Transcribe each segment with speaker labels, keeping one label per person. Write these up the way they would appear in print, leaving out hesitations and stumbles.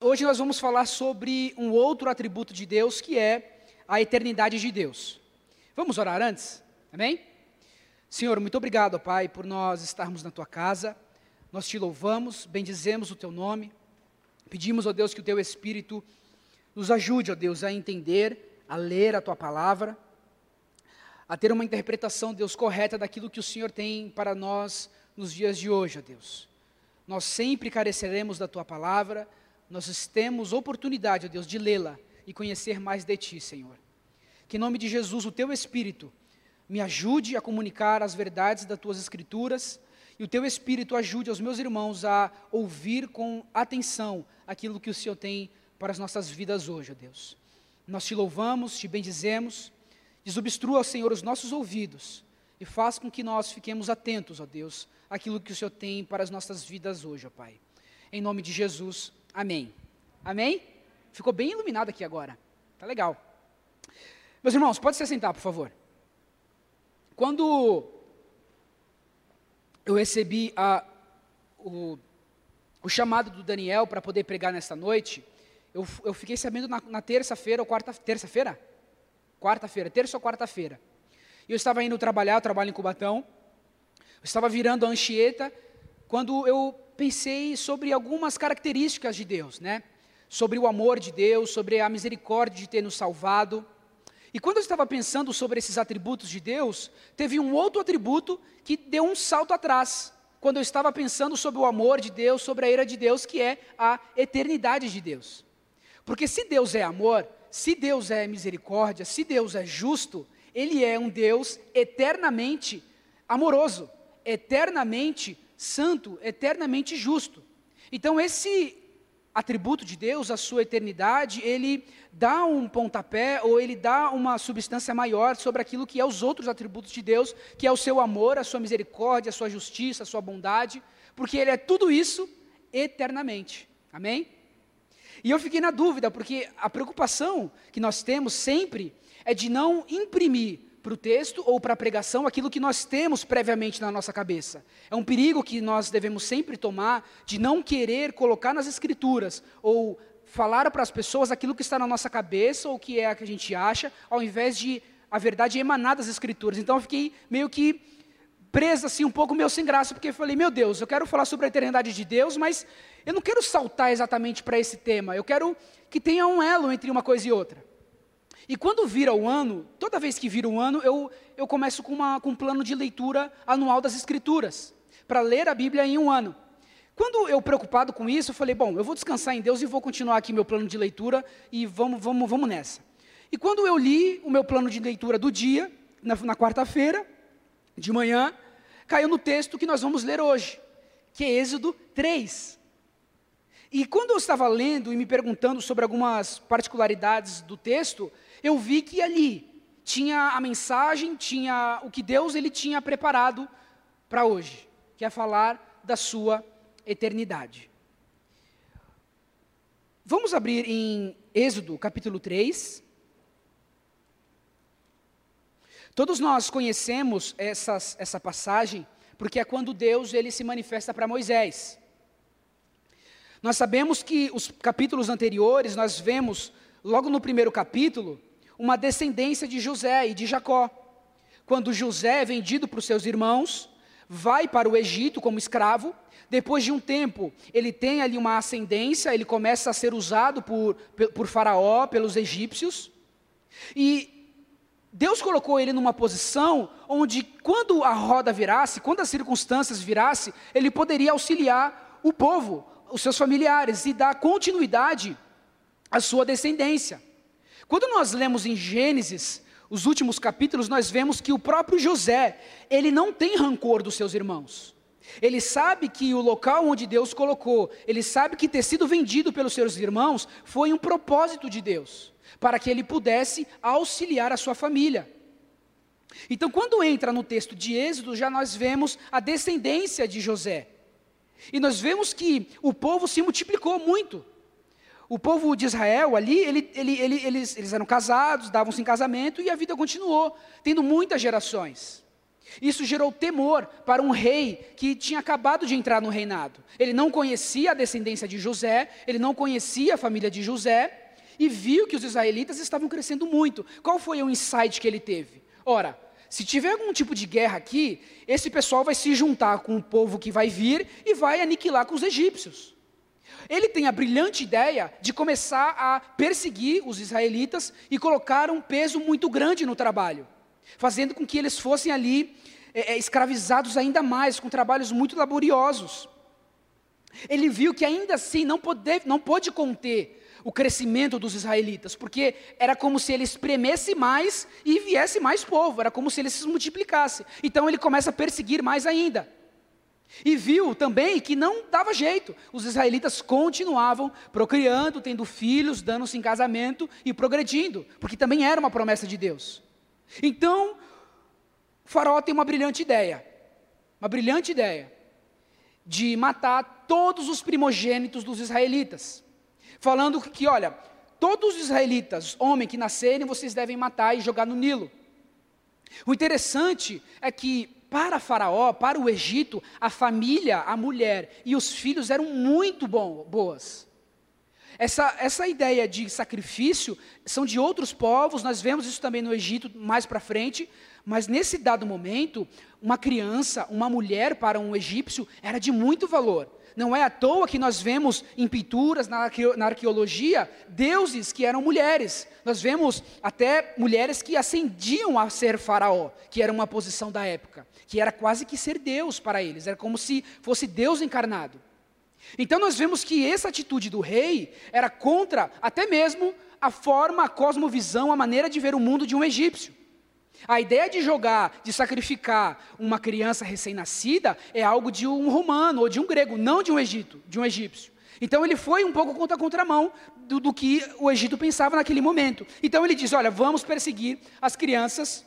Speaker 1: hoje nós vamos falar sobre um outro atributo de Deus, que é a eternidade de Deus. Vamos orar antes? Amém? Senhor, muito obrigado, Pai, por nós estarmos na Tua casa. Nós Te louvamos, bendizemos o Teu nome. Pedimos, ó Deus, que o Teu Espírito nos ajude, ó Deus, a entender, a ler a Tua palavra, a ter uma interpretação, Deus, correta daquilo que o Senhor tem para nós nos dias de hoje, ó Deus. Nós sempre careceremos da Tua palavra, nós temos oportunidade, ó Deus, de lê-la e conhecer mais de Ti, Senhor. Que em nome de Jesus, o Teu Espírito me ajude a comunicar as verdades das Tuas Escrituras, e o Teu Espírito ajude os meus irmãos a ouvir com atenção aquilo que o Senhor tem para as nossas vidas hoje, ó Deus. Nós Te louvamos, Te bendizemos, desobstrua, Senhor, os nossos ouvidos, e faz com que nós fiquemos atentos, ó Deus, àquilo que o Senhor tem para as nossas vidas hoje, ó Pai. Em nome de Jesus, amém. Amém? Ficou bem iluminado aqui agora, tá legal. Meus irmãos, pode se sentar, por favor. Quando eu recebi o chamado do Daniel para poder pregar nesta noite, eu fiquei sabendo na terça-feira ou terça-feira? Quarta-feira, terça ou quarta-feira. E eu estava indo trabalhar, eu trabalho em Cubatão, eu estava virando a Anchieta, quando eu pensei sobre algumas características de Deus, né? Sobre o amor de Deus, sobre a misericórdia de ter nos salvado. E quando eu estava pensando sobre esses atributos de Deus, teve um outro atributo que deu um salto atrás, quando eu estava pensando sobre o amor de Deus, sobre a ira de Deus, que é a eternidade de Deus. Porque se Deus é amor, se Deus é misericórdia, se Deus é justo, Ele é um Deus eternamente amoroso, eternamente santo, eternamente justo. Então esse atributo de Deus, a sua eternidade, ele dá um pontapé, ou ele dá uma substância maior sobre aquilo que é os outros atributos de Deus, que é o seu amor, a sua misericórdia, a sua justiça, a sua bondade, porque ele é tudo isso eternamente. Amém? E eu fiquei na dúvida, porque a preocupação que nós temos sempre é de não imprimir para o texto ou para a pregação aquilo que nós temos previamente na nossa cabeça. É um perigo que nós devemos sempre tomar, de não querer colocar nas escrituras ou falar para as pessoas aquilo que está na nossa cabeça ou que é a que a gente acha, ao invés de a verdade emanar das escrituras. Então eu fiquei meio que presa assim, um pouco meio sem graça, porque eu falei, meu Deus, eu quero falar sobre a eternidade de Deus, mas eu não quero saltar exatamente para esse tema, eu quero que tenha um elo entre uma coisa e outra. E quando vira o ano, toda vez que vira um ano, eu começo com um plano de leitura anual das Escrituras, para ler a Bíblia em um ano. Quando eu preocupado com isso, eu falei, bom, eu vou descansar em Deus e vou continuar aqui meu plano de leitura e vamos nessa. E quando eu li o meu plano de leitura do dia, na quarta-feira, de manhã, caiu no texto que nós vamos ler hoje, que é Êxodo 3. E quando eu estava lendo e me perguntando sobre algumas particularidades do texto, eu vi que ali tinha a mensagem, tinha o que Deus ele tinha preparado para hoje, que é falar da sua eternidade. Vamos abrir em Êxodo capítulo 3. Todos nós conhecemos essa passagem, porque é quando Deus ele se manifesta para Moisés. Nós sabemos que os capítulos anteriores, nós vemos, logo no primeiro capítulo, uma descendência de José e de Jacó. Quando José é vendido para os seus irmãos, vai para o Egito como escravo, depois de um tempo, ele tem ali uma ascendência, ele começa a ser usado por Faraó, pelos egípcios, e Deus colocou ele numa posição onde quando a roda virasse, quando as circunstâncias virassem, ele poderia auxiliar o povo, os seus familiares, e dar continuidade à sua descendência. Quando nós lemos em Gênesis, os últimos capítulos, nós vemos que o próprio José, ele não tem rancor dos seus irmãos. Ele sabe que o local onde Deus colocou, ele sabe que ter sido vendido pelos seus irmãos foi um propósito de Deus, para que ele pudesse auxiliar a sua família. Então, quando entra no texto de Êxodo, já nós vemos a descendência de José. E nós vemos que o povo se multiplicou muito. O povo de Israel ali, eles eram casados, davam-se em casamento e a vida continuou, tendo muitas gerações. Isso gerou temor para um rei que tinha acabado de entrar no reinado. Ele não conhecia a descendência de José, ele não conhecia a família de José, e viu que os israelitas estavam crescendo muito. Qual foi o insight que ele teve? Ora, se tiver algum tipo de guerra aqui, esse pessoal vai se juntar com o povo que vai vir e vai aniquilar com os egípcios. Ele tem a brilhante ideia de começar a perseguir os israelitas e colocar um peso muito grande no trabalho, fazendo com que eles fossem ali escravizados ainda mais, com trabalhos muito laboriosos. Ele viu que ainda assim não pôde conter o crescimento dos israelitas, porque era como se ele espremesse mais e viesse mais povo, era como se ele se multiplicasse. Então ele começa a perseguir mais ainda. E viu também que não dava jeito, os israelitas continuavam procriando, tendo filhos, dando-se em casamento e progredindo, porque também era uma promessa de Deus. Então, Faraó tem uma brilhante ideia de matar todos os primogênitos dos israelitas, falando que, olha, todos os israelitas, homem que nascerem, vocês devem matar e jogar no Nilo. O interessante é que, para Faraó, para o Egito, a família, a mulher e os filhos eram muito boas. Essa ideia de sacrifício são de outros povos, nós vemos isso também no Egito mais para frente, mas nesse dado momento, uma criança, uma mulher para um egípcio era de muito valor. Não é à toa que nós vemos em pinturas, na arqueologia, deuses que eram mulheres. Nós vemos até mulheres que ascendiam a ser faraó, que era uma posição da época, que era quase que ser Deus para eles, era como se fosse Deus encarnado. Então nós vemos que essa atitude do rei era contra até mesmo a forma, a cosmovisão, a maneira de ver o mundo de um egípcio. A ideia de sacrificar uma criança recém-nascida é algo de um romano ou de um grego, não de um egípcio. Então ele foi um pouco contra a contramão do que o Egito pensava naquele momento. Então ele diz, olha, vamos perseguir as crianças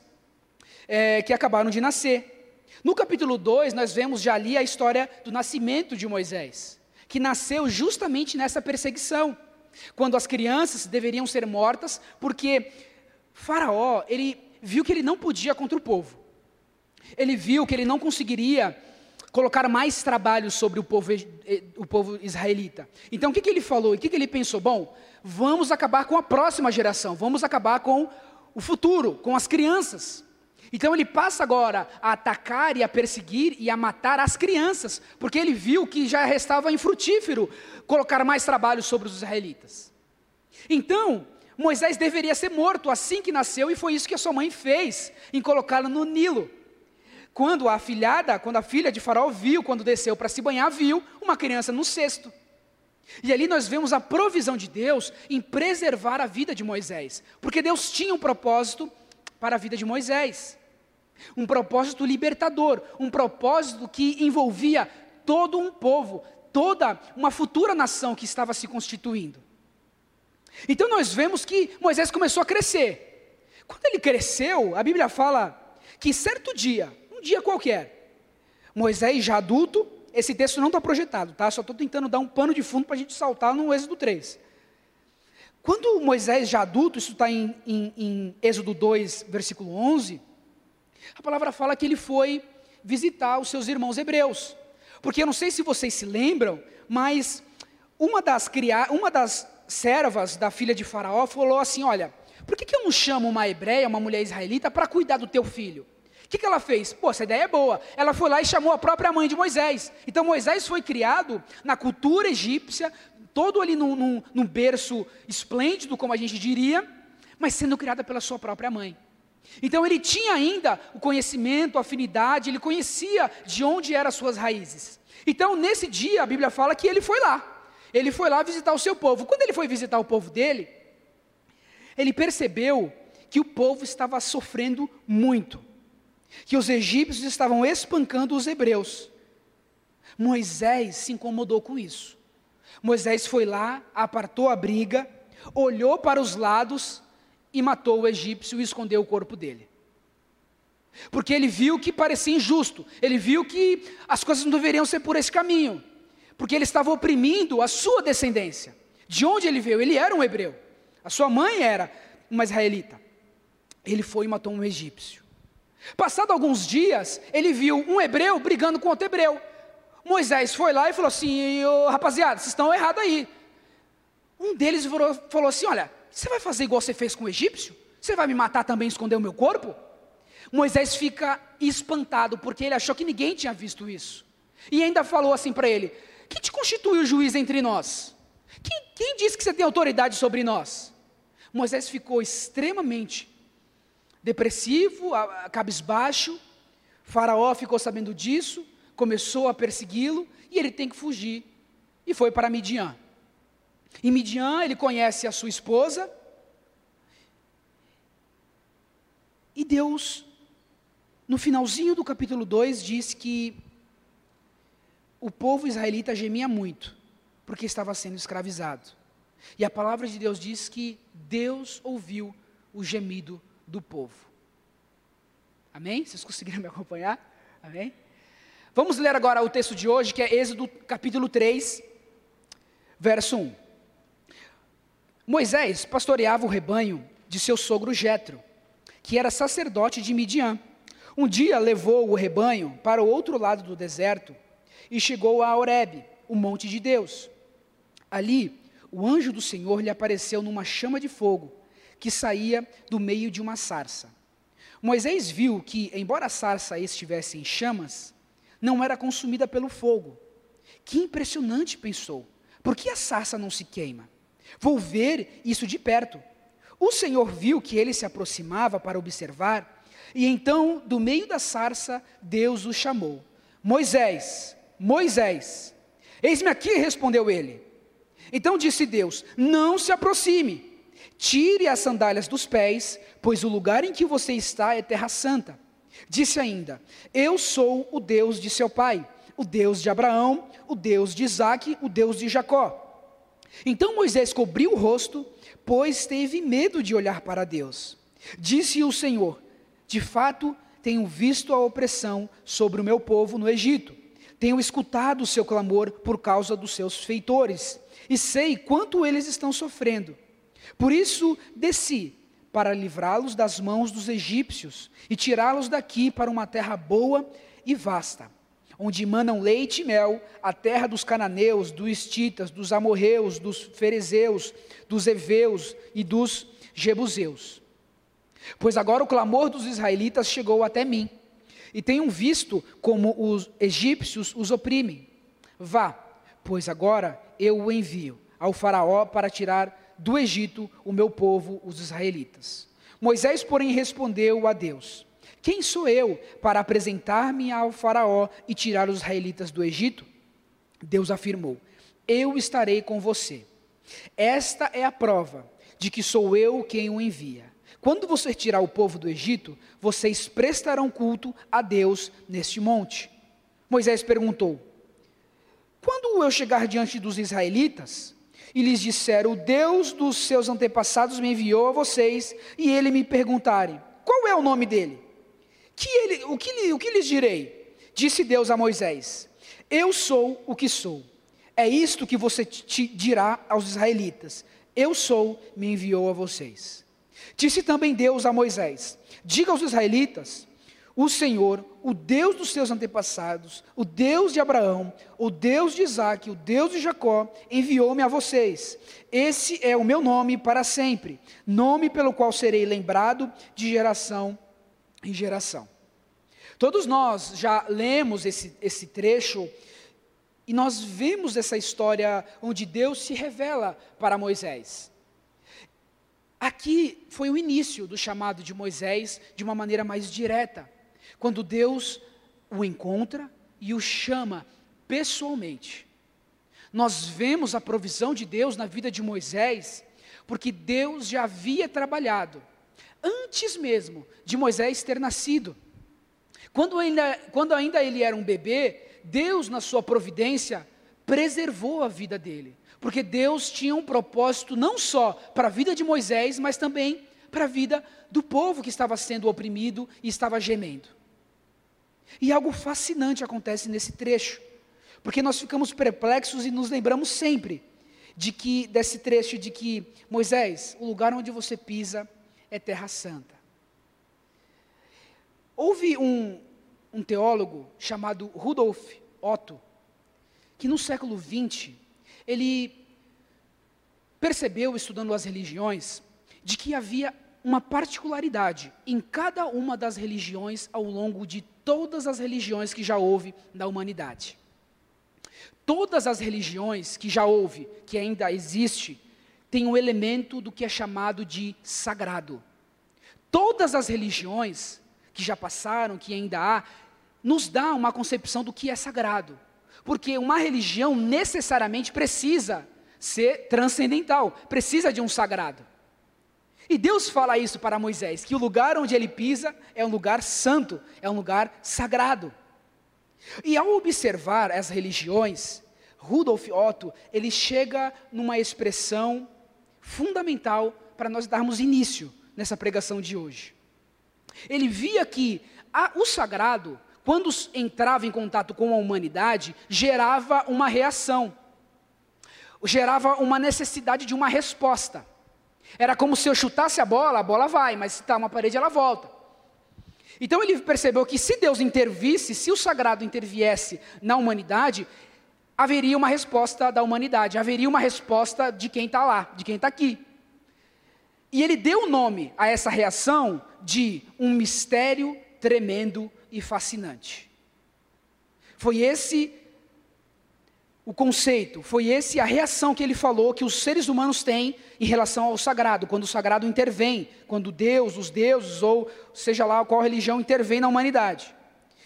Speaker 1: que acabaram de nascer. No capítulo 2, nós vemos já ali a história do nascimento de Moisés, que nasceu justamente nessa perseguição, quando as crianças deveriam ser mortas, porque Faraó, ele viu que ele não podia contra o povo. Ele viu que ele não conseguiria colocar mais trabalho sobre o povo israelita. Então o que ele falou? O que ele pensou? Bom, vamos acabar com a próxima geração, vamos acabar com o futuro, com as crianças. Então ele passa agora a atacar e a perseguir e a matar as crianças, porque ele viu que já restava infrutífero colocar mais trabalho sobre os israelitas. Então, Moisés deveria ser morto assim que nasceu, e foi isso que a sua mãe fez, em colocá-lo no Nilo. Quando a filha de Faraó quando desceu para se banhar, viu uma criança no cesto. E ali nós vemos a provisão de Deus em preservar a vida de Moisés, porque Deus tinha um propósito para a vida de Moisés, um propósito libertador, um propósito que envolvia todo um povo, toda uma futura nação que estava se constituindo. Então nós vemos que Moisés começou a crescer. Quando ele cresceu, a Bíblia fala que certo dia, um dia qualquer, Moisés já adulto, esse texto não está projetado, tá? Só estou tentando dar um pano de fundo para a gente saltar no Êxodo 3. Quando Moisés já adulto, isso está em Êxodo 2, versículo 11, a palavra fala que ele foi visitar os seus irmãos hebreus. Porque eu não sei se vocês se lembram, mas uma das servas da filha de Faraó falou assim, olha, por que eu não chamo uma hebreia, uma mulher israelita, para cuidar do teu filho? O que ela fez? Pô, essa ideia é boa. Ela foi lá e chamou a própria mãe de Moisés. Então Moisés foi criado na cultura egípcia, todo ali num berço esplêndido, como a gente diria, mas sendo criado pela sua própria mãe. Então ele tinha ainda o conhecimento, a afinidade, ele conhecia de onde eram as suas raízes. Então nesse dia a Bíblia fala que ele foi lá. Ele foi lá visitar o seu povo. Quando ele foi visitar o povo dele, ele percebeu que o povo estava sofrendo muito, que os egípcios estavam espancando os hebreus. Moisés se incomodou com isso. Moisés foi lá, apartou a briga, olhou para os lados e matou o egípcio e escondeu o corpo dele. Porque ele viu que parecia injusto, ele viu que as coisas não deveriam ser por esse caminho, porque ele estava oprimindo a sua descendência. De onde ele veio? Ele era um hebreu, a sua mãe era uma israelita. Ele foi e matou um egípcio. Passado alguns dias, ele viu um hebreu brigando com outro hebreu. Moisés foi lá e falou assim: rapaziada, vocês estão errados aí. Um deles falou assim: olha, você vai fazer igual você fez com o egípcio? Você vai me matar também e esconder o meu corpo? Moisés fica espantado, porque ele achou que ninguém tinha visto isso. E ainda falou assim para ele: quem te constitui o juiz entre nós? Quem disse que você tem autoridade sobre nós? Moisés ficou extremamente depressivo, cabisbaixo. Faraó ficou sabendo disso, começou a persegui-lo, e ele tem que fugir, e foi para Midian. Em Midian ele conhece a sua esposa, e Deus, no finalzinho do capítulo 2, diz que o povo israelita gemia muito, porque estava sendo escravizado. E a palavra de Deus diz que Deus ouviu o gemido do povo. Amém? Vocês conseguiram me acompanhar? Amém? Vamos ler agora o texto de hoje, que é Êxodo capítulo 3, verso 1. Moisés pastoreava o rebanho de seu sogro Jetro, que era sacerdote de Midian. Um dia levou o rebanho para o outro lado do deserto e chegou a Horebe, o monte de Deus. Ali, o anjo do Senhor lhe apareceu numa chama de fogo, que saía do meio de uma sarça. Moisés viu que, embora a sarça estivesse em chamas, não era consumida pelo fogo. Que impressionante, pensou. Por que a sarça não se queima? Vou ver isso de perto. O Senhor viu que ele se aproximava para observar, e então, do meio da sarça, Deus o chamou. Moisés, Moisés. Eis-me aqui, respondeu ele. Então disse Deus: não se aproxime, tire as sandálias dos pés, pois o lugar em que você está é terra santa. Disse ainda: eu sou o Deus de seu pai, o Deus de Abraão, o Deus de Isaque, o Deus de Jacó. Então Moisés cobriu o rosto, pois teve medo de olhar para Deus. Disse o Senhor: de fato, tenho visto a opressão sobre o meu povo no Egito. Tenho escutado o seu clamor por causa dos seus feitores, e sei quanto eles estão sofrendo. Por isso desci, para livrá-los das mãos dos egípcios, e tirá-los daqui para uma terra boa e vasta, onde manam leite e mel, a terra dos cananeus, dos hititas, dos amorreus, dos ferezeus, dos heveus e dos jebuseus. Pois agora o clamor dos israelitas chegou até mim, e tenho visto como os egípcios os oprimem. Vá, pois agora eu o envio ao faraó para tirar do Egito o meu povo, os israelitas. Moisés, porém, respondeu a Deus: quem sou eu para apresentar-me ao faraó e tirar os israelitas do Egito? Deus afirmou: eu estarei com você. Esta é a prova de que sou eu quem o envia. Quando você tirar o povo do Egito, vocês prestarão culto a Deus neste monte. Moisés perguntou: quando eu chegar diante dos israelitas e lhes disser: o Deus dos seus antepassados me enviou a vocês, e ele me perguntarem: qual é o nome dele? O que lhes direi? Disse Deus a Moisés: eu sou o que sou. É isto que você te dirá aos israelitas: eu sou, me enviou a vocês. Disse também Deus a Moisés: diga aos israelitas: o Senhor, o Deus dos seus antepassados, o Deus de Abraão, o Deus de Isaque, o Deus de Jacó, enviou-me a vocês. Esse é o meu nome para sempre, nome pelo qual serei lembrado de geração em geração. Todos nós já lemos esse trecho, e nós vemos essa história onde Deus se revela para Moisés. Aqui foi o início do chamado de Moisés de uma maneira mais direta, quando Deus o encontra e o chama pessoalmente. Nós vemos a provisão de Deus na vida de Moisés, porque Deus já havia trabalhado, antes mesmo de Moisés ter nascido. Quando ainda ele era um bebê, Deus, na sua providência, preservou a vida dele. Porque Deus tinha um propósito não só para a vida de Moisés, mas também para a vida do povo que estava sendo oprimido e estava gemendo. E algo fascinante acontece nesse trecho, porque nós ficamos perplexos e nos lembramos sempre desse trecho de que: Moisés, o lugar onde você pisa é terra santa. Houve um teólogo chamado Rudolf Otto, que no século XX, ele percebeu, estudando as religiões, de que havia uma particularidade em cada uma das religiões ao longo de todas as religiões que já houve na humanidade. Todas as religiões que já houve, que ainda existe, têm um elemento do que é chamado de sagrado. Todas as religiões que já passaram, que ainda há, nos dá uma concepção do que é sagrado. Porque uma religião necessariamente precisa ser transcendental, precisa de um sagrado. E Deus fala isso para Moisés, que o lugar onde ele pisa é um lugar santo, é um lugar sagrado. E ao observar as religiões, Rudolf Otto, ele chega numa expressão fundamental para nós darmos início nessa pregação de hoje. Ele via que o sagrado, quando entrava em contato com a humanidade, gerava uma reação, gerava uma necessidade de uma resposta. Era como se eu chutasse a bola vai, mas se está uma parede, ela volta. Então ele percebeu que se Deus intervisse, se o sagrado interviesse na humanidade, haveria uma resposta da humanidade, haveria uma resposta de quem está lá, de quem está aqui. E ele deu o nome a essa reação de um mistério tremendo e fascinante. Foi esse o conceito, foi esse a reação que ele falou que os seres humanos têm em relação ao sagrado, quando o sagrado intervém, quando Deus, os deuses, ou seja lá qual religião intervém na humanidade.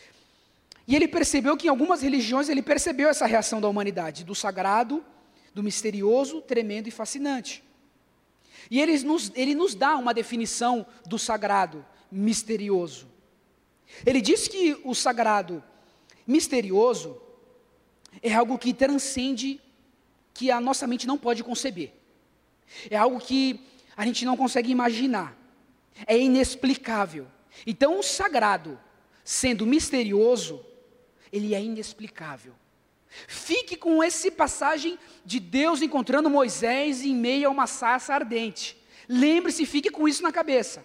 Speaker 1: E ele percebeu que em algumas religiões ele percebeu essa reação da humanidade, do sagrado, do misterioso, tremendo e fascinante. E ele nos dá uma definição do sagrado, misterioso. Ele diz que o sagrado misterioso é algo que transcende, que a nossa mente não pode conceber. É algo que a gente não consegue imaginar. É inexplicável. Então o sagrado, sendo misterioso, ele é inexplicável. Fique com essa passagem de Deus encontrando Moisés em meio a uma sarça ardente. Lembre-se, fique com isso na cabeça.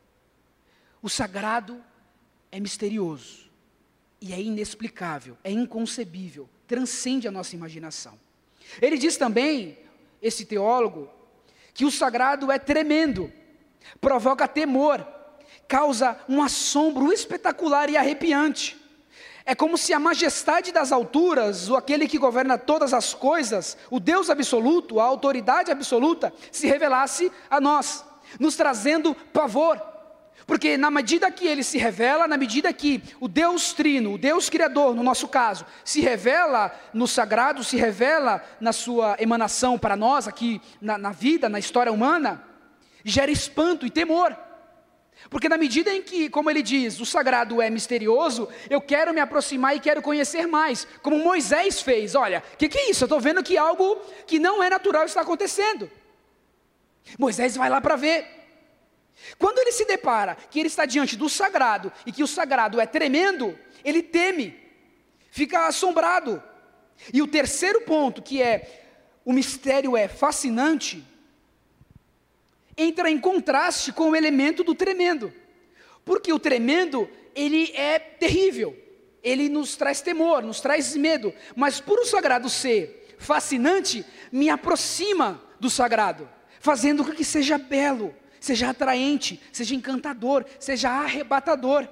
Speaker 1: O sagrado é misterioso. E é inexplicável, é inconcebível, transcende a nossa imaginação. Ele diz também, esse teólogo, que o sagrado é tremendo, provoca temor, causa um assombro espetacular e arrepiante. É como se a majestade das alturas, ou aquele que governa todas as coisas, o Deus absoluto, a autoridade absoluta, se revelasse a nós, nos trazendo pavor. Porque na medida que ele se revela, na medida que o Deus Trino, o Deus Criador, no nosso caso, se revela no sagrado, se revela na sua emanação para nós, aqui na vida, na história humana, gera espanto e temor. Porque na medida em que, como ele diz, o sagrado é misterioso, eu quero me aproximar e quero conhecer mais, como Moisés fez. Olha, o que é isso? Eu estou vendo que algo que não é natural está acontecendo. Moisés vai lá para ver. Quando ele se depara que ele está diante do sagrado e que o sagrado é tremendo, ele teme, fica assombrado. E o terceiro ponto, que é o mistério é fascinante, entra em contraste com o elemento do tremendo. Porque o tremendo, ele é terrível, ele nos traz temor, nos traz medo, mas por o sagrado ser fascinante, me aproxima do sagrado, fazendo com que seja belo, seja atraente, seja encantador, seja arrebatador.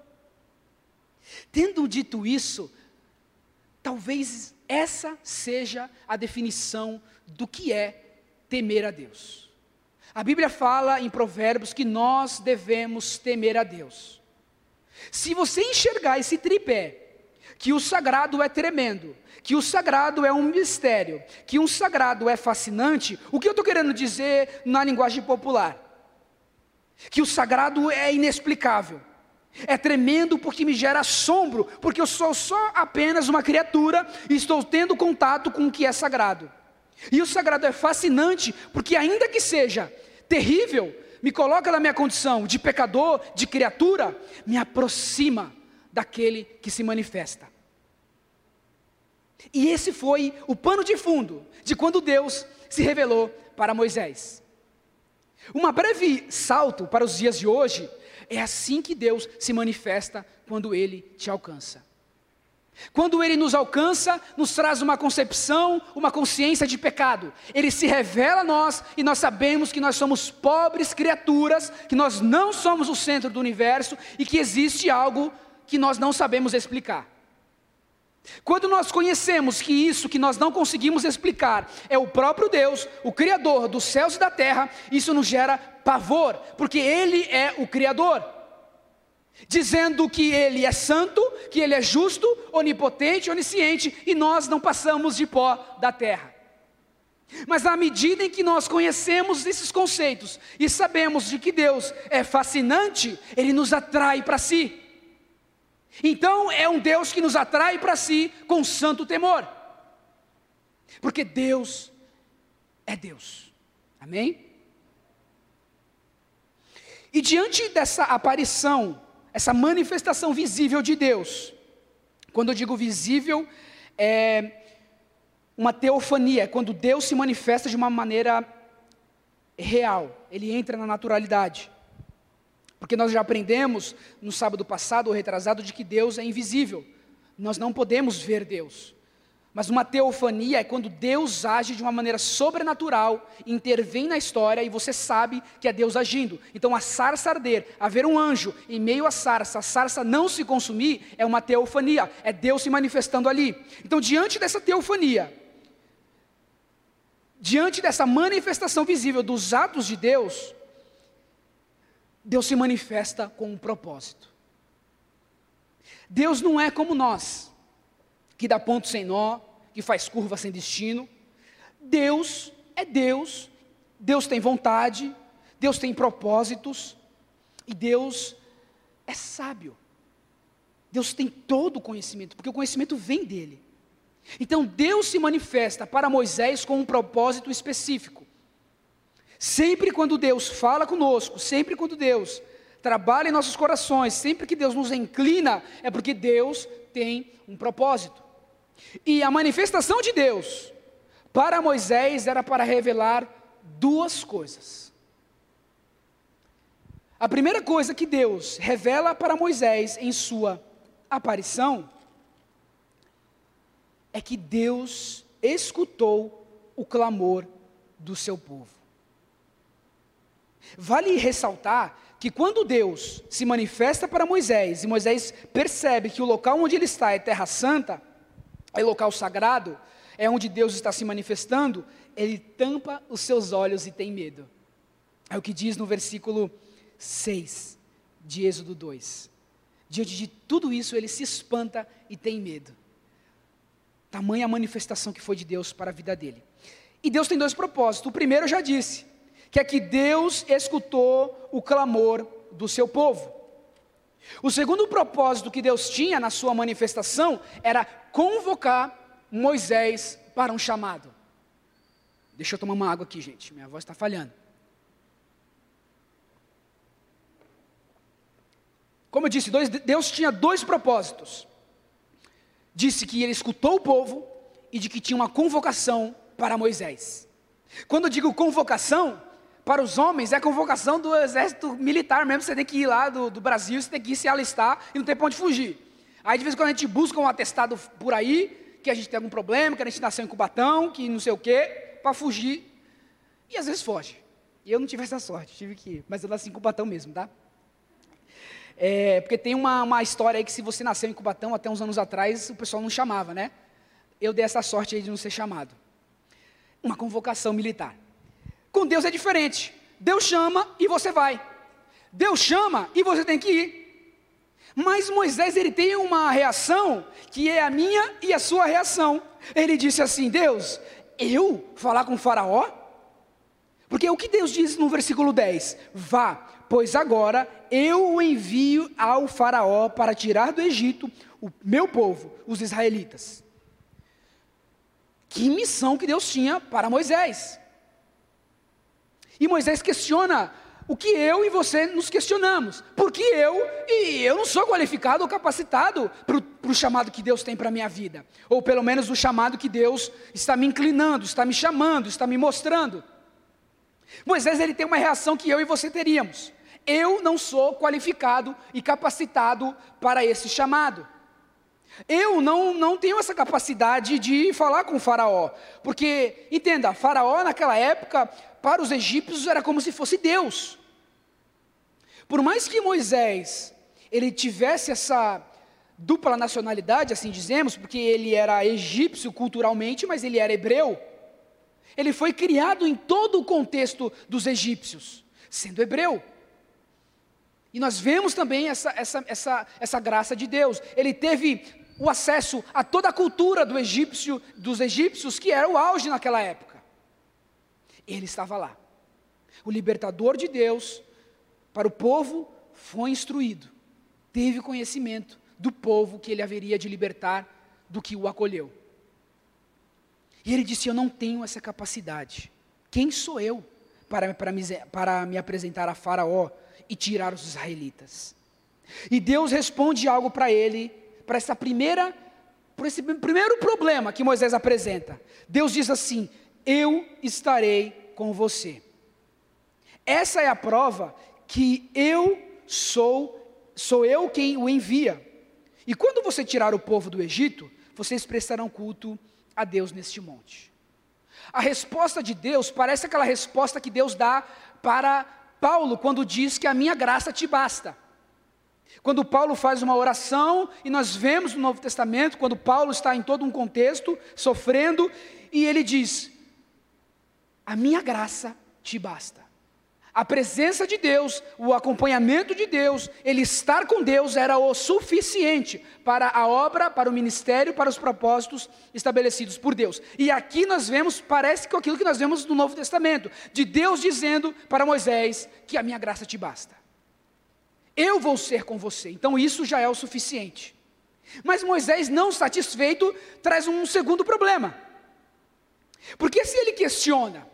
Speaker 1: Tendo dito isso, talvez essa seja a definição do que é temer a Deus. A Bíblia fala em Provérbios que nós devemos temer a Deus. Se você enxergar esse tripé, que o sagrado é tremendo, que o sagrado é um mistério, que o sagrado é fascinante, o que eu estou querendo dizer na linguagem popular? Que o sagrado é inexplicável, é tremendo porque me gera assombro, porque eu sou só apenas uma criatura e estou tendo contato com o que é sagrado. E o sagrado é fascinante porque, ainda que seja terrível, me coloca na minha condição de pecador, de criatura, me aproxima daquele que se manifesta. E esse foi o pano de fundo de quando Deus se revelou para Moisés. Uma breve salto para os dias de hoje, é assim que Deus se manifesta quando Ele te alcança. Quando Ele nos alcança, nos traz uma concepção, uma consciência de pecado. Ele se revela a nós e nós sabemos que nós somos pobres criaturas, que nós não somos o centro do universo e que existe algo que nós não sabemos explicar. Quando nós conhecemos que isso que nós não conseguimos explicar é o próprio Deus, o Criador dos céus e da terra, isso nos gera pavor, porque Ele é o Criador. Dizendo que Ele é santo, que Ele é justo, onipotente, onisciente, e nós não passamos de pó da terra. Mas à medida em que nós conhecemos esses conceitos e sabemos de que Deus é fascinante, Ele nos atrai para si. Então é um Deus que nos atrai para si com santo temor. Porque Deus é Deus. Amém? E diante dessa aparição, essa manifestação visível de Deus, quando eu digo visível, é uma teofania, quando Deus se manifesta de uma maneira real, Ele entra na naturalidade. Porque nós já aprendemos no sábado passado ou retrasado de que Deus é invisível, nós não podemos ver Deus. Mas uma teofania é quando Deus age de uma maneira sobrenatural, intervém na história e você sabe que é Deus agindo. Então a sarça arder, haver um anjo em meio à sarça, a sarça não se consumir, é uma teofania, é Deus se manifestando ali. Então diante dessa teofania, diante dessa manifestação visível dos atos de Deus, Deus se manifesta com um propósito. Deus não é como nós, que dá ponto sem nó, que faz curva sem destino. Deus é Deus, Deus tem vontade, Deus tem propósitos, e Deus é sábio. Deus tem todo o conhecimento, porque o conhecimento vem dele. Então Deus se manifesta para Moisés com um propósito específico. Sempre quando Deus fala conosco, sempre quando Deus trabalha em nossos corações, sempre que Deus nos inclina, é porque Deus tem um propósito. E a manifestação de Deus para Moisés era para revelar duas coisas. A primeira coisa que Deus revela para Moisés em sua aparição é que Deus escutou o clamor do seu povo. Vale ressaltar que quando Deus se manifesta para Moisés, e Moisés percebe que o local onde ele está é terra santa, é local sagrado, é onde Deus está se manifestando, ele tampa os seus olhos e tem medo. É o que diz no versículo 6 de Êxodo 2. Diante de tudo isso, ele se espanta e tem medo. Tamanha a manifestação que foi de Deus para a vida dele. E Deus tem dois propósitos. O primeiro eu já disse, que é que Deus escutou o clamor do seu povo. O segundo propósito que Deus tinha na sua manifestação era convocar Moisés para um chamado. Deixa eu tomar uma água aqui, gente, minha voz está falhando. Como eu disse, Deus tinha dois propósitos. Disse que ele escutou o povo e de que tinha uma convocação para Moisés. Quando eu digo convocação, para os homens é a convocação do exército militar mesmo, você tem que ir lá do Brasil, você tem que ir se alistar e não tem para onde fugir. Aí de vez em quando a gente busca um atestado por aí, que a gente tem algum problema, que a gente nasceu em Cubatão, que não sei o quê, para fugir, e às vezes foge. E eu não tive essa sorte, tive que ir, mas eu nasci em Cubatão mesmo, tá? Porque tem uma história aí que se você nasceu em Cubatão, até uns anos atrás, o pessoal não chamava, né? Eu dei essa sorte aí de não ser chamado. Uma convocação militar. Com Deus é diferente. Deus chama e você vai. Deus chama e você tem que ir. Mas Moisés, ele tem uma reação que é a minha e a sua reação. Ele disse assim: Deus, eu falar com o faraó? Porque o que Deus diz no versículo 10? Vá, pois agora eu o envio ao faraó para tirar do Egito o meu povo, os israelitas. Que missão que Deus tinha para Moisés. E Moisés questiona o que eu e você nos questionamos. Porque eu não sou qualificado ou capacitado para o chamado que Deus tem para a minha vida. Ou pelo menos o chamado que Deus está me inclinando, está me chamando, está me mostrando. Moisés, ele tem uma reação que eu e você teríamos: eu não sou qualificado e capacitado para esse chamado. Eu não tenho essa capacidade de falar com o faraó, porque, entenda, faraó naquela época, para os egípcios era como se fosse Deus. Por mais que Moisés, ele tivesse essa dupla nacionalidade, assim dizemos, porque ele era egípcio culturalmente, mas ele era hebreu. Ele foi criado em todo o contexto dos egípcios, sendo hebreu. E nós vemos também essa graça de Deus. Ele teve o acesso a toda a cultura dos egípcios, que era o auge naquela época. Ele estava lá. O libertador de Deus para o povo foi instruído, teve conhecimento do povo que ele haveria de libertar, do que o acolheu. E ele disse: eu não tenho essa capacidade. Quem sou eu para me apresentar a Faraó e tirar os israelitas? E Deus responde algo para ele, para esse primeiro problema que Moisés apresenta. Deus diz assim: eu estarei com você. Essa é a prova que sou eu quem o envia. E quando você tirar o povo do Egito, vocês prestarão culto a Deus neste monte. A resposta de Deus parece aquela resposta que Deus dá para Paulo, quando diz que a minha graça te basta. Quando Paulo faz uma oração, e nós vemos no Novo Testamento, quando Paulo está em todo um contexto, sofrendo, e ele diz: a minha graça te basta. A presença de Deus, o acompanhamento de Deus, ele estar com Deus era o suficiente para a obra, para o ministério, para os propósitos estabelecidos por Deus. E aqui nós vemos, parece que aquilo que nós vemos no Novo Testamento, de Deus dizendo para Moisés que a minha graça te basta. Eu vou ser com você, então isso já é o suficiente. Mas Moisés, não satisfeito, traz um segundo problema. Porque se ele questiona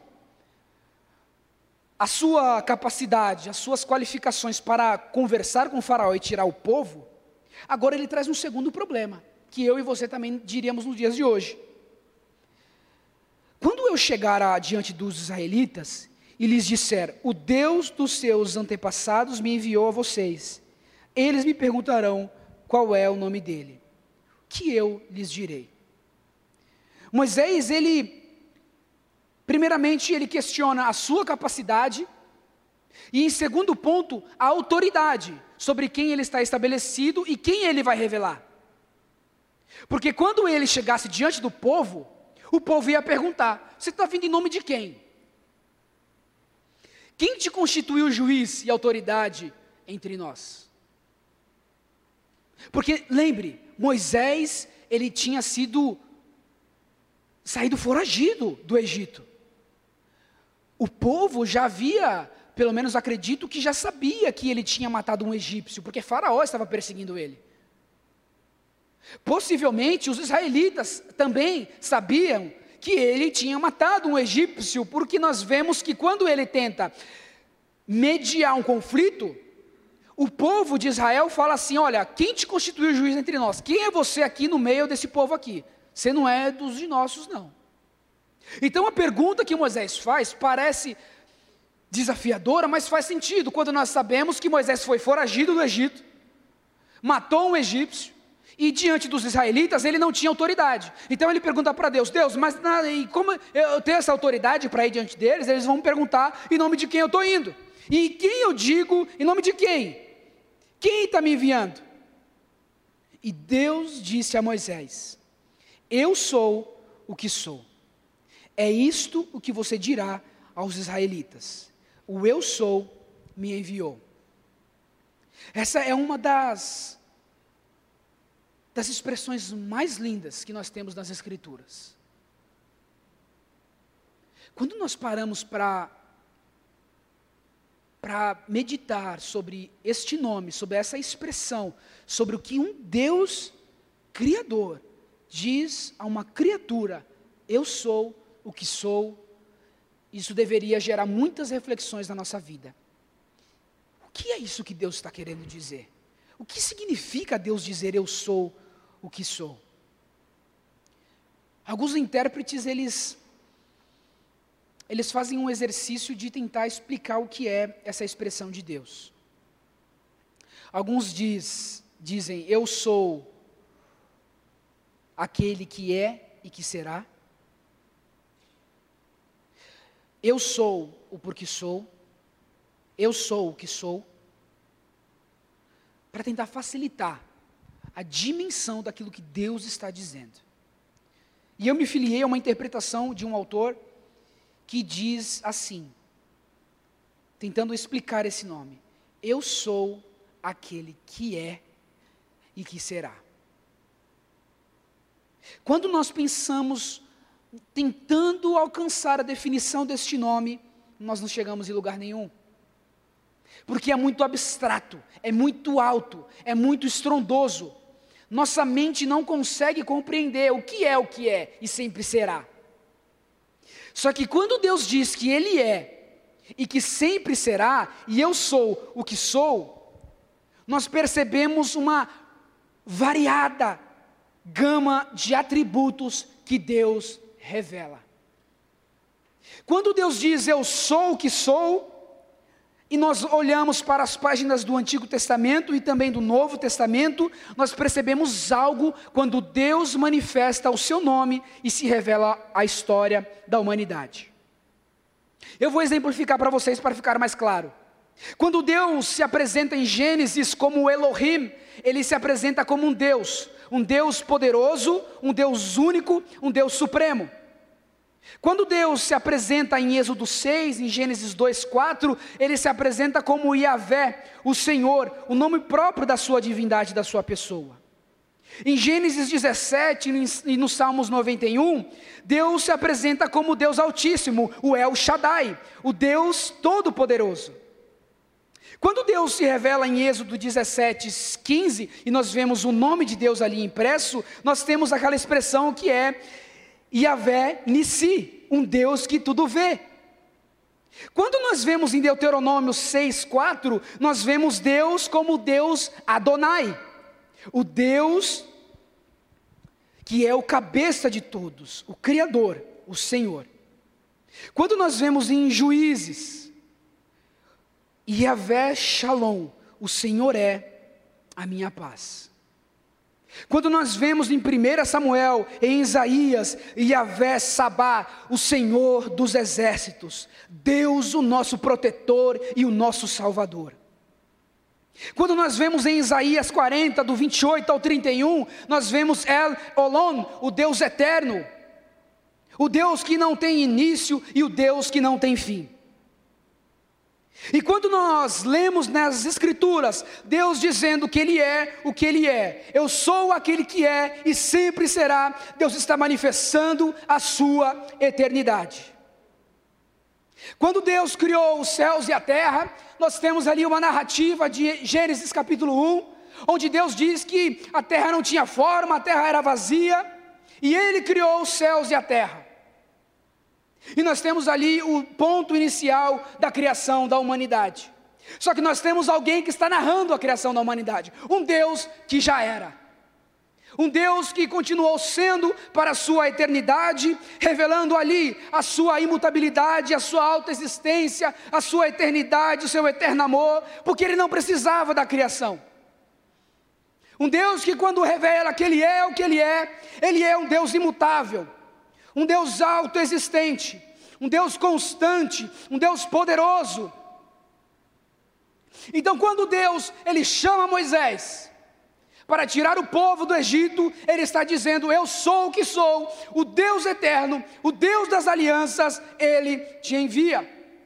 Speaker 1: a sua capacidade, as suas qualificações para conversar com o faraó e tirar o povo, agora ele traz um segundo problema, que eu e você também diríamos nos dias de hoje. Quando eu chegar diante dos israelitas e lhes disser: o Deus dos seus antepassados me enviou a vocês, eles me perguntarão qual é o nome dele. O que eu lhes direi? Moisés, primeiramente, ele questiona a sua capacidade, e em segundo ponto, a autoridade sobre quem ele está estabelecido e quem ele vai revelar. Porque quando ele chegasse diante do povo, o povo ia perguntar: você está vindo em nome de quem? Quem te constituiu juiz e autoridade entre nós? Porque lembre, Moisés, ele tinha saído foragido do Egito. O povo já havia, pelo menos acredito, que já sabia que ele tinha matado um egípcio, porque Faraó estava perseguindo ele. Possivelmente os israelitas também sabiam que ele tinha matado um egípcio, porque nós vemos que quando ele tenta mediar um conflito, o povo de Israel fala assim: olha, quem te constituiu juiz entre nós? Quem é você aqui no meio desse povo aqui? Você não é dos de nossos, não. Então a pergunta que Moisés faz parece desafiadora, mas faz sentido, quando nós sabemos que Moisés foi foragido do Egito, matou um egípcio, e diante dos israelitas ele não tinha autoridade. Então ele pergunta para Deus: Deus, mas e como eu tenho essa autoridade para ir diante deles? Eles vão me perguntar em nome de quem eu estou indo. E quem eu digo, em nome de quem? Quem está me enviando? E Deus disse a Moisés: eu sou o que sou. É isto o que você dirá aos israelitas: o eu sou me enviou. Essa é uma das expressões mais lindas que nós temos nas Escrituras. Quando nós paramos para meditar sobre este nome, sobre essa expressão, sobre o que um Deus Criador diz a uma criatura: eu sou o que sou, isso deveria gerar muitas reflexões na nossa vida. O que é isso que Deus está querendo dizer? O que significa Deus dizer eu sou o que sou? Alguns intérpretes, eles eles fazem um exercício de tentar explicar o que é essa expressão de Deus. Alguns dizem, eu sou aquele que é e que será. Eu sou o porque sou. Eu sou o que sou. Para tentar facilitar a dimensão daquilo que Deus está dizendo. E eu me filiei a uma interpretação de um autor que diz assim, tentando explicar esse nome: eu sou aquele que é e que será. Quando nós pensamos, tentando alcançar a definição deste nome, nós não chegamos em lugar nenhum. Porque é muito abstrato, é muito alto, é muito estrondoso. Nossa mente não consegue compreender o que é e sempre será. Só que quando Deus diz que Ele é e que sempre será, e eu sou o que sou, nós percebemos uma variada gama de atributos que Deus revela. Quando Deus diz eu sou o que sou, e nós olhamos para as páginas do Antigo Testamento e também do Novo Testamento, nós percebemos algo quando Deus manifesta o seu nome e se revela a história da humanidade. Eu vou exemplificar para vocês para ficar mais claro. Quando Deus se apresenta em Gênesis como Elohim, Ele se apresenta como um Deus poderoso, um Deus único, um Deus supremo. Quando Deus se apresenta em Êxodo 6, em Gênesis 2:4, Ele se apresenta como Yahvé, o Senhor, o nome próprio da sua divindade, da sua pessoa. Em Gênesis 17 e no Salmos 91, Deus se apresenta como Deus Altíssimo, o El Shaddai, o Deus Todo-Poderoso. Quando Deus se revela em Êxodo 17:15, e nós vemos o nome de Deus ali impresso, nós temos aquela expressão que é Yahvé Nissi, um Deus que tudo vê. Quando nós vemos em Deuteronômio 6:4, nós vemos Deus como Deus Adonai, o Deus que é o cabeça de todos, o Criador, o Senhor. Quando nós vemos em Juízes, Yahvé Shalom, o Senhor é a minha paz. Quando nós vemos em 1 Samuel, em Isaías, Yahvé Sabá, o Senhor dos exércitos, Deus o nosso protetor e o nosso salvador. Quando nós vemos em Isaías 40, do 28 ao 31, nós vemos El Olon, o Deus eterno, o Deus que não tem início e o Deus que não tem fim. E quando nós lemos nas Escrituras, Deus dizendo que Ele é o que Ele é, eu sou aquele que é e sempre será, Deus está manifestando a sua eternidade. Quando Deus criou os céus e a terra, nós temos ali uma narrativa de Gênesis capítulo 1, onde Deus diz que a terra não tinha forma, a terra era vazia, e Ele criou os céus e a terra. E nós temos ali o ponto inicial da criação da humanidade. Só que nós temos alguém que está narrando a criação da humanidade, um Deus que já era, um Deus que continuou sendo para a sua eternidade, revelando ali a sua imutabilidade, a sua autoexistência, a sua eternidade, o seu eterno amor, porque Ele não precisava da criação. Um Deus que quando revela que Ele é o que Ele é um Deus imutável, um Deus autoexistente, um Deus constante, um Deus poderoso. Então quando Deus, Ele chama Moisés para tirar o povo do Egito, Ele está dizendo, eu sou o que sou, o Deus eterno, o Deus das alianças, Ele te envia.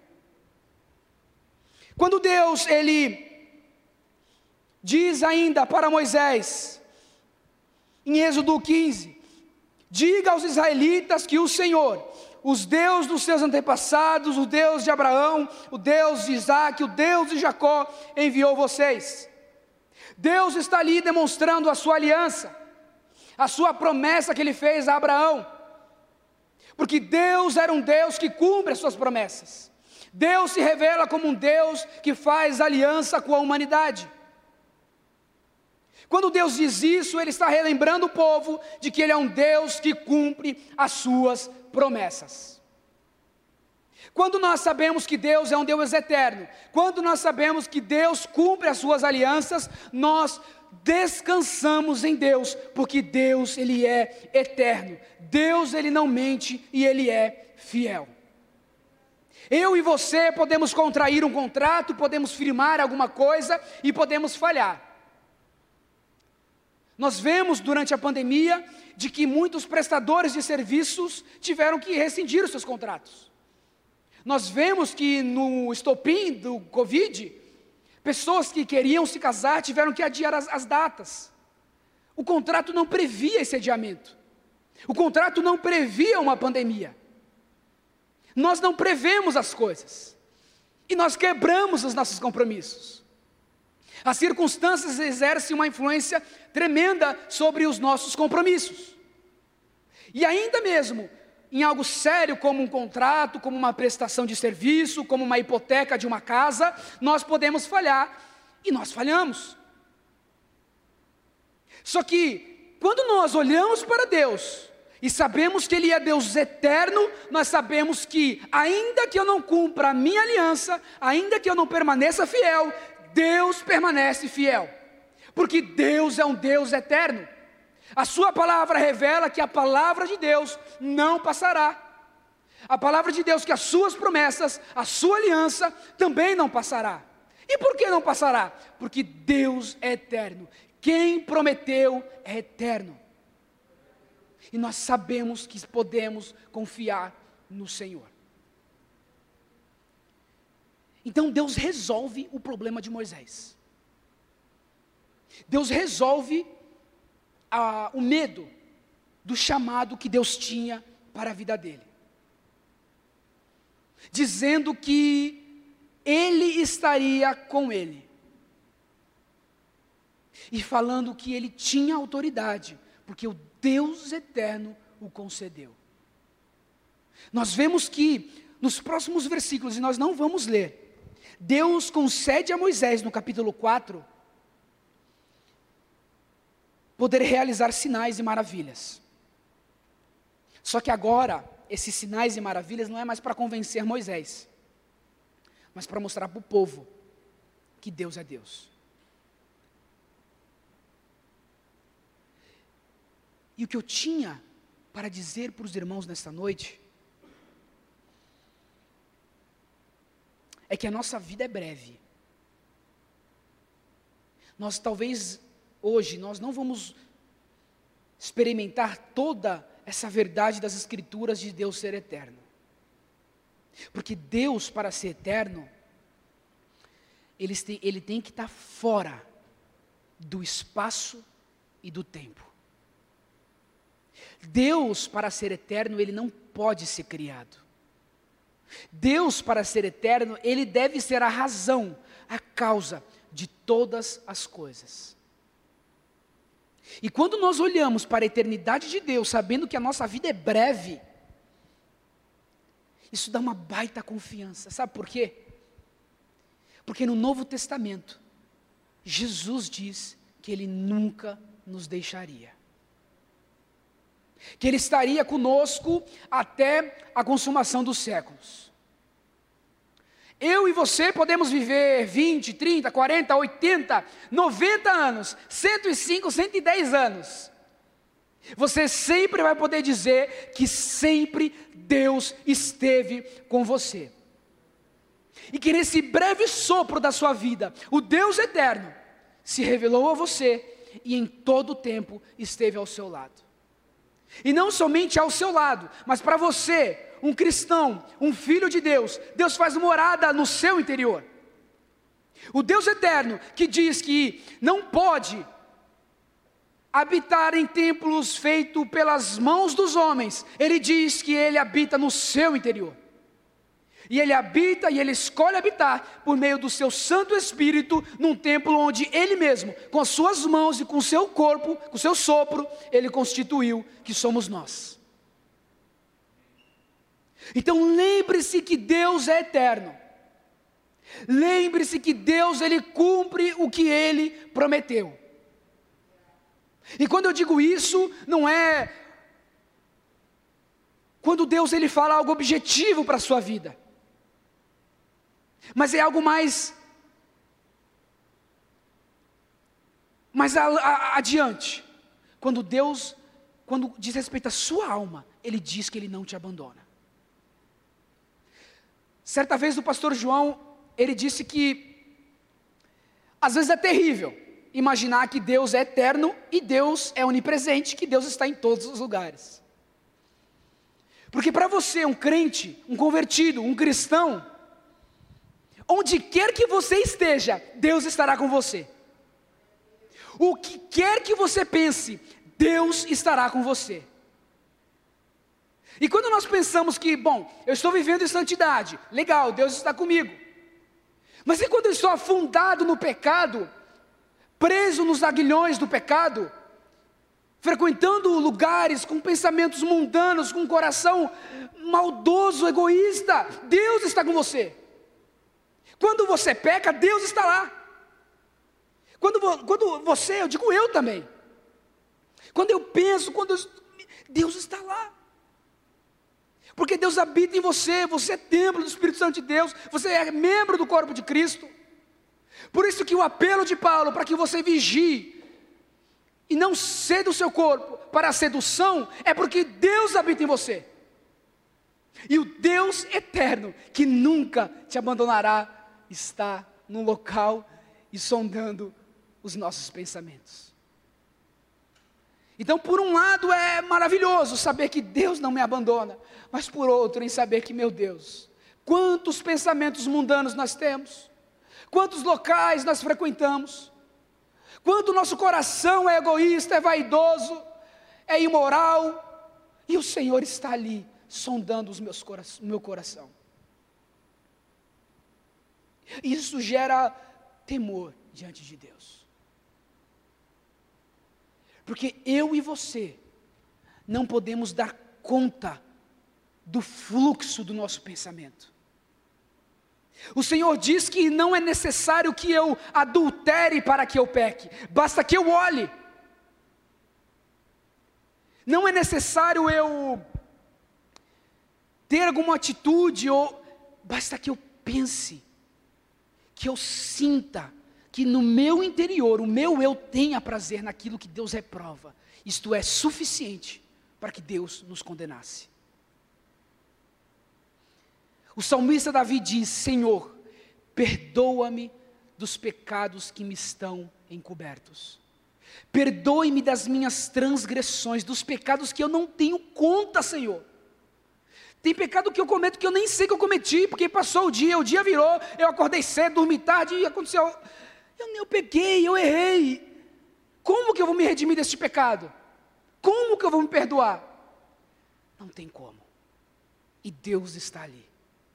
Speaker 1: Quando Deus, Ele diz ainda para Moisés, em Êxodo 15, diga aos israelitas que o Senhor, os Deus dos seus antepassados, o Deus de Abraão, o Deus de Isaac, o Deus de Jacó, enviou vocês. Deus está ali demonstrando a sua aliança, a sua promessa que Ele fez a Abraão, porque Deus era um Deus que cumpre as suas promessas. Deus se revela como um Deus que faz aliança com a humanidade. Quando Deus diz isso, Ele está relembrando o povo de que Ele é um Deus que cumpre as suas promessas. Quando nós sabemos que Deus é um Deus eterno, quando nós sabemos que Deus cumpre as suas alianças, nós descansamos em Deus, porque Deus, Ele é eterno, Deus, Ele não mente e Ele é fiel. Eu e você podemos contrair um contrato, podemos firmar alguma coisa e podemos falhar. Nós vemos durante a pandemia de que muitos prestadores de serviços tiveram que rescindir os seus contratos. Nós vemos que no estopim do Covid, pessoas que queriam se casar tiveram que adiar as datas. O contrato não previa esse adiamento. O contrato não previa uma pandemia. Nós não prevemos as coisas. E nós quebramos os nossos compromissos. As circunstâncias exercem uma influência tremenda sobre os nossos compromissos. E ainda mesmo em algo sério como um contrato, como uma prestação de serviço, como uma hipoteca de uma casa, nós podemos falhar, e nós falhamos. Só que, quando nós olhamos para Deus, e sabemos que Ele é Deus eterno, nós sabemos que, ainda que eu não cumpra a minha aliança, ainda que eu não permaneça fiel, Deus permanece fiel, porque Deus é um Deus eterno. A sua palavra revela que a palavra de Deus não passará. A palavra de Deus que as suas promessas, a sua aliança também não passará. E por que não passará? Porque Deus é eterno. Quem prometeu é eterno. E nós sabemos que podemos confiar no Senhor. Então Deus resolve o problema de Moisés. Deus resolve o medo do chamado que Deus tinha para a vida dele, dizendo que Ele estaria com ele, e falando que ele tinha autoridade, porque o Deus eterno o concedeu. Nós vemos que nos próximos versículos, e nós não vamos ler, Deus concede a Moisés no capítulo 4, poder realizar sinais e maravilhas. Só que agora, esses sinais e maravilhas não é mais para convencer Moisés, mas para mostrar para o povo que Deus é Deus. E o que eu tinha para dizer para os irmãos nesta noite, é que a nossa vida é breve. Nós talvez hoje, nós não vamos experimentar toda essa verdade das Escrituras de Deus ser eterno. Porque Deus, para ser eterno, Ele tem que estar fora do espaço e do tempo. Deus, para ser eterno, Ele não pode ser criado. Deus, para ser eterno, Ele deve ser a razão, a causa de todas as coisas. E quando nós olhamos para a eternidade de Deus, sabendo que a nossa vida é breve, isso dá uma baita confiança. Sabe por quê? Porque no Novo Testamento, Jesus diz que Ele nunca nos deixaria, que Ele estaria conosco até a consumação dos séculos. Eu e você podemos viver 20, 30, 40, 80, 90 anos, 105, 110 anos. Você sempre vai poder dizer que sempre Deus esteve com você. E que nesse breve sopro da sua vida, o Deus eterno se revelou a você e em todo o tempo esteve ao seu lado. E não somente ao seu lado, mas para você, um cristão, um filho de Deus, Deus faz morada no seu interior. O Deus eterno que diz que não pode habitar em templos feitos pelas mãos dos homens, Ele diz que Ele habita no seu interior. E Ele habita e Ele escolhe habitar por meio do seu Santo Espírito num templo onde Ele mesmo, com as suas mãos e com o seu corpo, com o seu sopro, Ele constituiu que somos nós. Então lembre-se que Deus é eterno. Lembre-se que Deus, Ele cumpre o que Ele prometeu. E quando eu digo isso, não é quando Deus Ele fala algo objetivo para a sua vida. Mas é algo mais adiante. Quando diz respeito à sua alma, Ele diz que Ele não te abandona. Certa vez o pastor João, ele disse que às vezes é terrível imaginar que Deus é eterno e Deus é onipresente, que Deus está em todos os lugares. Porque para você, um crente, um convertido, um cristão, onde quer que você esteja, Deus estará com você. O que quer que você pense, Deus estará com você. E quando nós pensamos que, bom, eu estou vivendo em santidade, legal, Deus está comigo. Mas e quando eu estou afundado no pecado, preso nos aguilhões do pecado, frequentando lugares com pensamentos mundanos, com um coração maldoso, egoísta, Deus está com você. Quando você peca, Deus está lá. Quando você, eu digo eu também. Quando eu penso, Deus está lá. Porque Deus habita em você, você é templo do Espírito Santo de Deus, você é membro do corpo de Cristo. Por isso que o apelo de Paulo, para que você vigie, e não ceda o seu corpo para a sedução, é porque Deus habita em você. E o Deus eterno, que nunca te abandonará, está no local e sondando os nossos pensamentos. Então, por um lado é maravilhoso saber que Deus não me abandona, mas por outro em saber que, meu Deus, quantos pensamentos mundanos nós temos, quantos locais nós frequentamos, quanto o nosso coração é egoísta, é vaidoso, é imoral, e o Senhor está ali, sondando o meu coração. Isso gera temor diante de Deus. Porque eu e você não podemos dar conta do fluxo do nosso pensamento. O Senhor diz que não é necessário que eu adultere para que eu peque, basta que eu olhe. Não é necessário eu ter alguma atitude, ou basta que eu pense, que eu sinta, que no meu interior, o meu eu tenha prazer naquilo que Deus reprova. Isto é suficiente para que Deus nos condenasse. O salmista Davi diz: Senhor, perdoa-me dos pecados que me estão encobertos. Perdoe-me das minhas transgressões, dos pecados que eu não tenho conta, Senhor. Tem pecado que eu cometo que eu nem sei que eu cometi, porque passou o dia virou, eu acordei cedo, dormi tarde e aconteceu. Eu peguei, eu errei. Como que eu vou me redimir deste pecado? Como que eu vou me perdoar? Não tem como. E Deus está ali.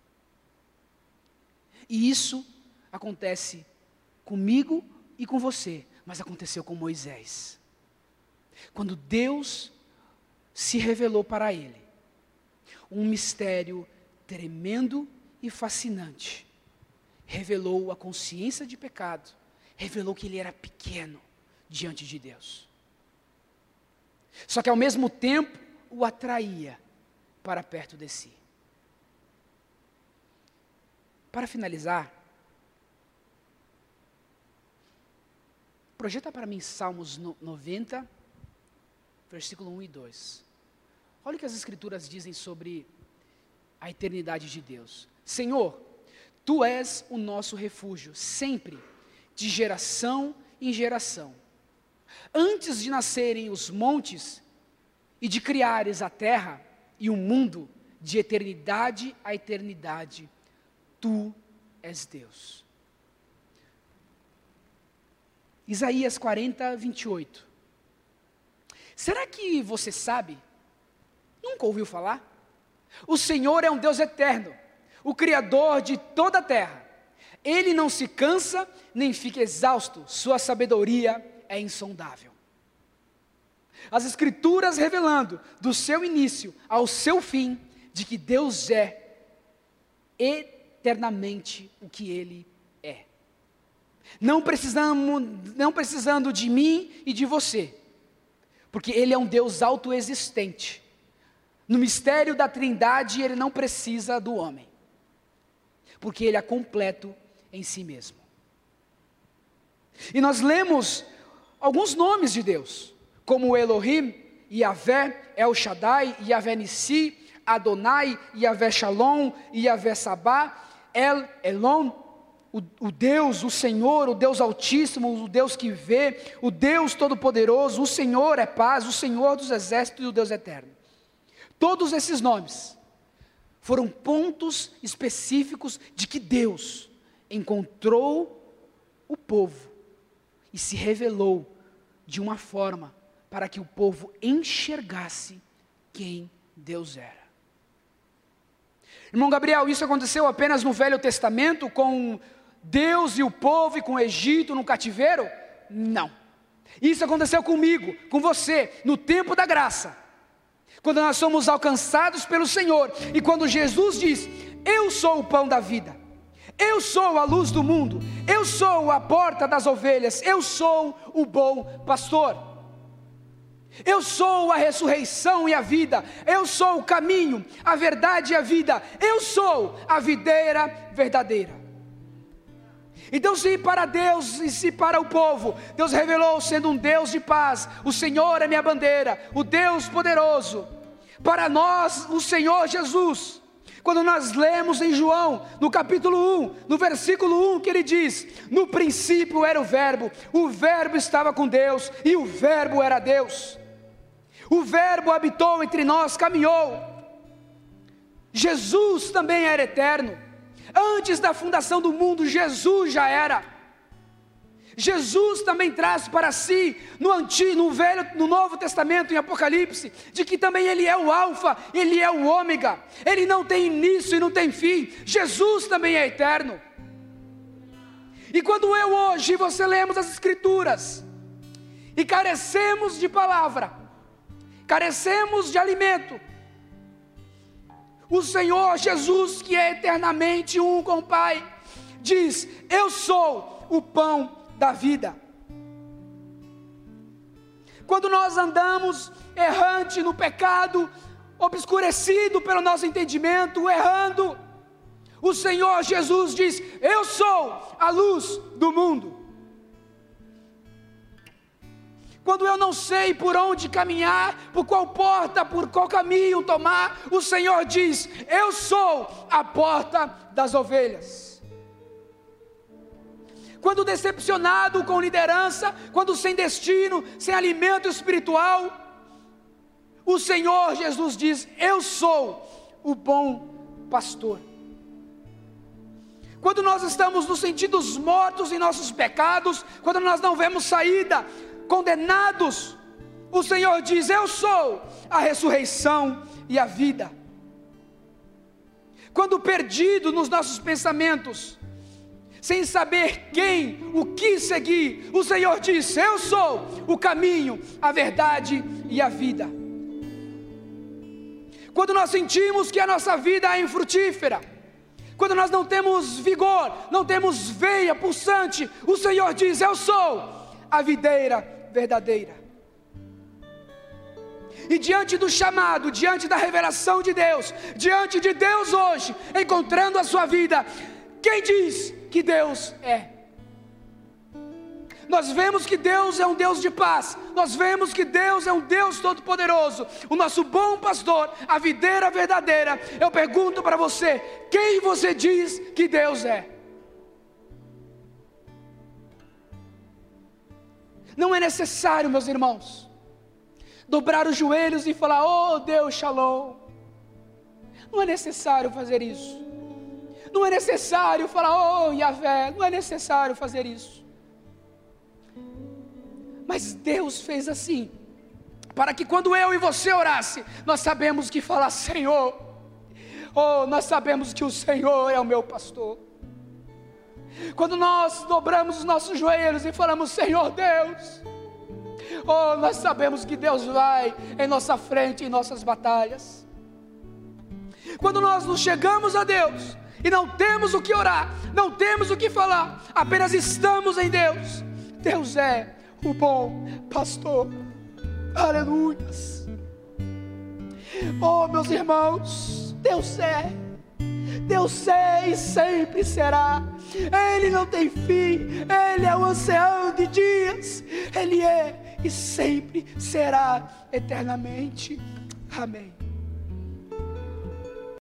Speaker 1: E isso acontece comigo e com você, mas aconteceu com Moisés. Quando Deus se revelou para ele, um mistério tremendo e fascinante, revelou a consciência de pecado, revelou que ele era pequeno diante de Deus. Só que ao mesmo tempo o atraía para perto de si. Para finalizar, projeta para mim Salmos 90, versículo 1 e 2. Olha o que as Escrituras dizem sobre a eternidade de Deus. Senhor, Tu és o nosso refúgio, sempre, de geração em geração. Antes de nascerem os montes e de criares a terra e o mundo, de eternidade a eternidade, Tu és Deus. Isaías 40, 28. Será que você sabe? Nunca ouviu falar? O Senhor é um Deus eterno, o Criador de toda a terra. Ele não se cansa, nem fica exausto, sua sabedoria é insondável. As Escrituras revelando, do seu início ao seu fim, de que Deus é eternamente o que Ele é. Não precisando de mim e de você, porque Ele é um Deus autoexistente. No mistério da Trindade, Ele não precisa do homem. porque Ele é completo em si mesmo. E nós lemos alguns nomes de Deus, como Elohim, Yahvé, El Shaddai, Yahvé Nissi, Adonai, Yahvé Shalom, Yahvé Sabá, El Elon, o Deus, o Senhor, o Deus Altíssimo, o Deus que vê, o Deus Todo-Poderoso, o Senhor é paz, o Senhor dos Exércitos e o Deus Eterno. Todos esses nomes foram pontos específicos de que Deus encontrou o povo e se revelou de uma forma para que o povo enxergasse quem Deus era. Irmão Gabriel, isso aconteceu apenas no Velho Testamento com Deus e o povo e com o Egito no cativeiro? Não. Isso aconteceu comigo, com você, no tempo da graça. Quando nós somos alcançados pelo Senhor e quando Jesus diz: eu sou o pão da vida, eu sou a luz do mundo, eu sou a porta das ovelhas, eu sou o bom pastor, eu sou a ressurreição e a vida, eu sou o caminho, a verdade e a vida, eu sou a videira verdadeira. Então, se para Deus e se para o povo, Deus revelou sendo um Deus de paz, o Senhor é minha bandeira, o Deus poderoso, para nós o Senhor Jesus, quando nós lemos em João, no capítulo 1, no versículo 1, que ele diz: no princípio era o verbo estava com Deus, e o verbo era Deus, o verbo habitou entre nós, caminhou. Jesus também era eterno. Antes da fundação do mundo, Jesus já era. Jesus também traz para si, no Novo Testamento, em Apocalipse, de que também Ele é o Alfa, Ele é o Ômega, Ele não tem início e não tem fim. Jesus também é eterno. E quando eu hoje e você lemos as Escrituras, e carecemos de palavra, carecemos de alimento, o Senhor Jesus, que é eternamente um com o Pai, diz: eu sou o pão da vida. Quando nós andamos errante no pecado, obscurecido pelo nosso entendimento, errando, o Senhor Jesus diz: eu sou a luz do mundo. Quando eu não sei por onde caminhar, por qual porta, por qual caminho tomar, o Senhor diz: eu sou a porta das ovelhas. Quando decepcionado com liderança, quando sem destino, sem alimento espiritual, o Senhor Jesus diz: eu sou o bom pastor. Quando nós estamos nos sentidos mortos em nossos pecados, quando nós não vemos saída, condenados, o Senhor diz: eu sou a ressurreição e a vida. Quando perdido nos nossos pensamentos, sem saber quem, o que seguir, o Senhor diz: eu sou o caminho, a verdade e a vida. Quando nós sentimos que a nossa vida é infrutífera, quando nós não temos vigor, não temos veia pulsante, o Senhor diz: eu sou a videira verdadeira. E diante do chamado, diante da revelação de Deus, diante de Deus hoje, encontrando a sua vida, quem diz que Deus é? Nós vemos que Deus é um Deus de paz, nós vemos que Deus é um Deus todo-poderoso, o nosso bom pastor, a videira verdadeira. Eu pergunto para você: quem você diz que Deus é? Não é necessário, meus irmãos, dobrar os joelhos e falar: oh Deus, Shalom. Não é necessário fazer isso. Não é necessário falar: oh Yahvé. Não é necessário fazer isso. Mas Deus fez assim, para que quando eu e você orasse, nós sabemos que falar Senhor, oh, nós sabemos que o Senhor é o meu pastor. Quando nós dobramos os nossos joelhos e falamos Senhor Deus, oh, nós sabemos que Deus vai em nossa frente em nossas batalhas. Quando nós nos chegamos a Deus e não temos o que orar, não temos o que falar, apenas estamos em Deus, Deus é o bom pastor. Aleluias. Oh, meus irmãos, Deus eu sei e sempre será. Ele não tem fim, Ele é o ancião de dias, Ele é e sempre será eternamente. Amém.